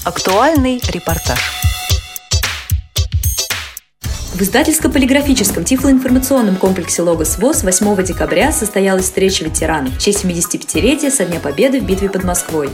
Актуальный репортаж. В издательско-полиграфическом тифлоинформационном комплексе «Логос ВОС» 8 декабря состоялась встреча ветеранов в честь 75-летия со Дня Победы в битве под Москвой.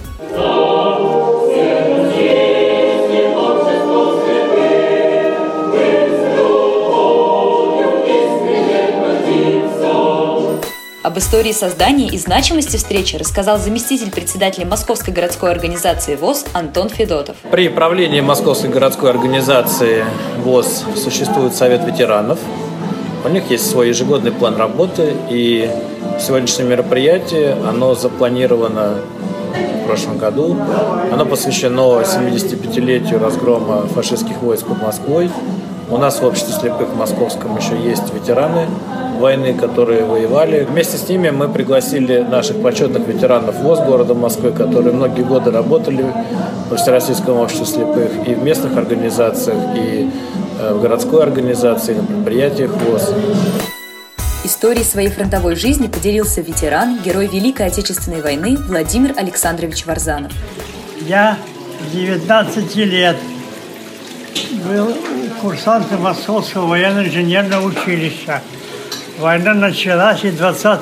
Об истории создания и значимости встречи рассказал заместитель председателя Московской городской организации ВОС Антон Федотов. При правлении Московской городской организации ВОС существует Совет ветеранов. У них есть свой ежегодный план работы, и сегодняшнее мероприятие, оно запланировано в прошлом году. Оно посвящено 75-летию разгрома фашистских войск под Москвой. У нас в обществе слепых московском еще есть ветераны войны, которые воевали. Вместе с ними мы пригласили наших почетных ветеранов ВОС города Москвы, которые многие годы работали в Всероссийском обществе слепых и в местных организациях, и в городской организации, и на предприятиях ВОС. Историей своей фронтовой жизни поделился ветеран, герой Великой Отечественной войны Владимир Александрович Варзанов. Я 19 лет был курсантом Московского военно-инженерного училища. Война началась, и 20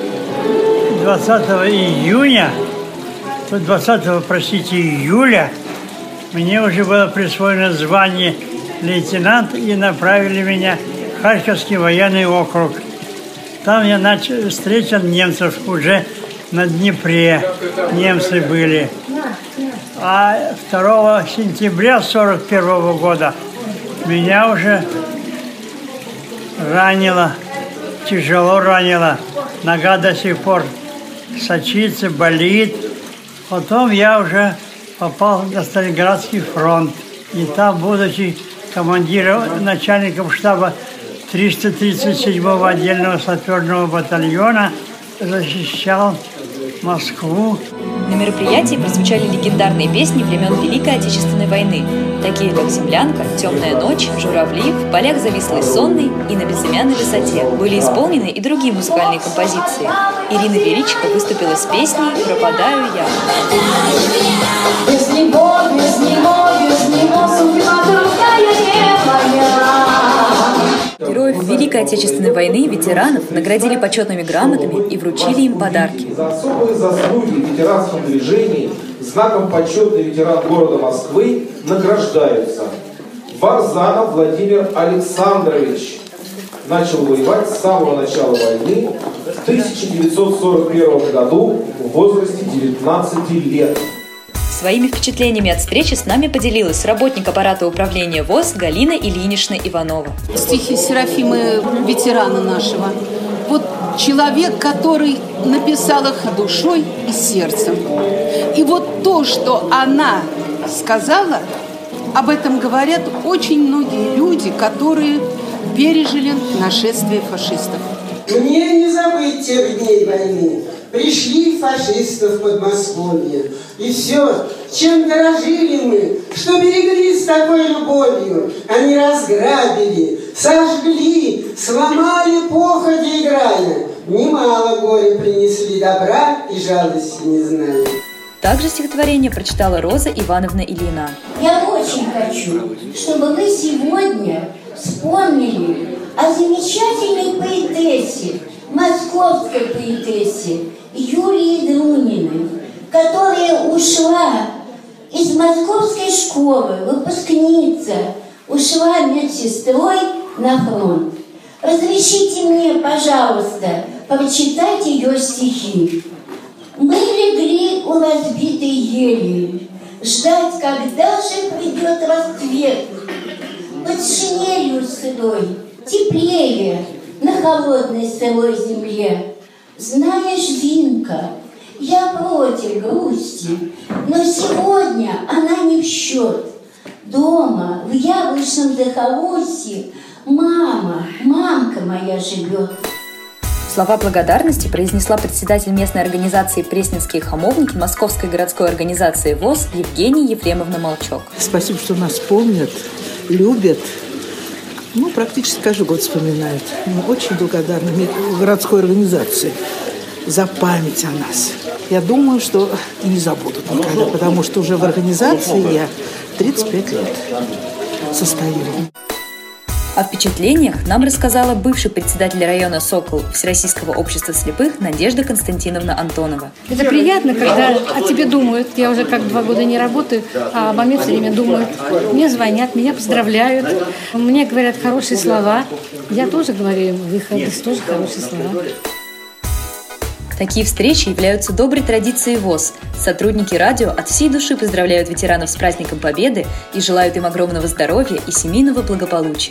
июля мне уже было присвоено звание лейтенант, и направили меня в Харьковский военный округ. Там я встретил немцев уже на Днепре. Немцы были. А 2 сентября 1941 года меня уже ранило. Тяжело ранила, нога до сих пор сочится, болит. Потом я уже попал на Сталинградский фронт. И там, будучи командиром, начальником штаба 337-го отдельного саперного батальона, защищал Москву. На мероприятии прозвучали легендарные песни времен Великой Отечественной войны, такие как «Землянка», «Темная ночь», «Журавли», «В полях завислой сонной» и «На безымянной высоте». Были исполнены и другие музыкальные композиции. Ирина Величко выступила с песней «Пропадаю я». Без него судьба другая не моя. Героев Великой Отечественной войны и ветеранов наградили почетными грамотами и вручили им подарки. За особые заслуги в ветеранском движении знаком почетный ветеран города Москвы награждаются Варзанов Владимир Александрович. Начал воевать с самого начала войны в 1941 году в возрасте 19 лет. Своими впечатлениями от встречи с нами поделилась работник аппарата управления ВОС Галина Ильинична Иванова. Стихи Серафимы, ветерана нашего. Вот человек, который написал их душой и сердцем. И вот то, что она сказала, об этом говорят очень многие люди, которые пережили нашествие фашистов. Мне не забыть тех дней войны. Пришли фашисты в Подмосковье. И все, чем дорожили мы, что берегли с такой любовью, они разграбили, сожгли, сломали походе играя. Немало горя принесли добра и жалости не знали. Также стихотворение прочитала Роза Ивановна Ильина. Я очень хочу, чтобы вы сегодня вспомнили о замечательной поэтессе, московской поэтессе Юлии Друниной, которая ушла из московской школы, выпускница, ушла медсестрой на фронт. Разрешите мне, пожалуйста, прочитать ее стихи. Мы легли у разбитой ели, ждать, когда же придет рассвет. Под шинелью сырой, теплее, на холодной сырой земле. Знаешь, Винка, я против грусти, но сегодня она не в счет. Дома, в яблочном захолустье, мамка моя живет. Слова благодарности произнесла председатель местной организации «Пресненские хамовники» Московской городской организации ВОС Евгения Ефремовна Молчок. Спасибо, что нас помнят, любят. Практически каждый год вспоминают. Мы очень благодарны городской организации за память о нас. Я думаю, что не забудут никогда, потому что уже в организации я 35 лет состою. О впечатлениях нам рассказала бывший председатель района «Сокол» Всероссийского общества слепых Надежда Константиновна Антонова. Это приятно, когда о тебе думают. Я уже как 2 года не работаю, а обо мне все время думают. Мне звонят, меня поздравляют, мне говорят хорошие слова. Я тоже говорю им в их адрес тоже хорошие слова. Такие встречи являются доброй традицией ВОС. Сотрудники радио от всей души поздравляют ветеранов с праздником Победы и желают им огромного здоровья и семейного благополучия.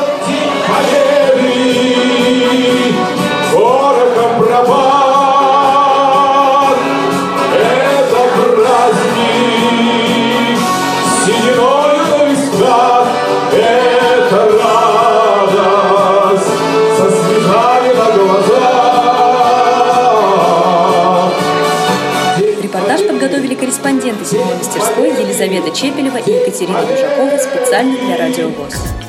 Репортаж подготовили корреспонденты 7-й мастерской Елизавета Чепелева и Екатерина Дужакова специально для Радио ВОС.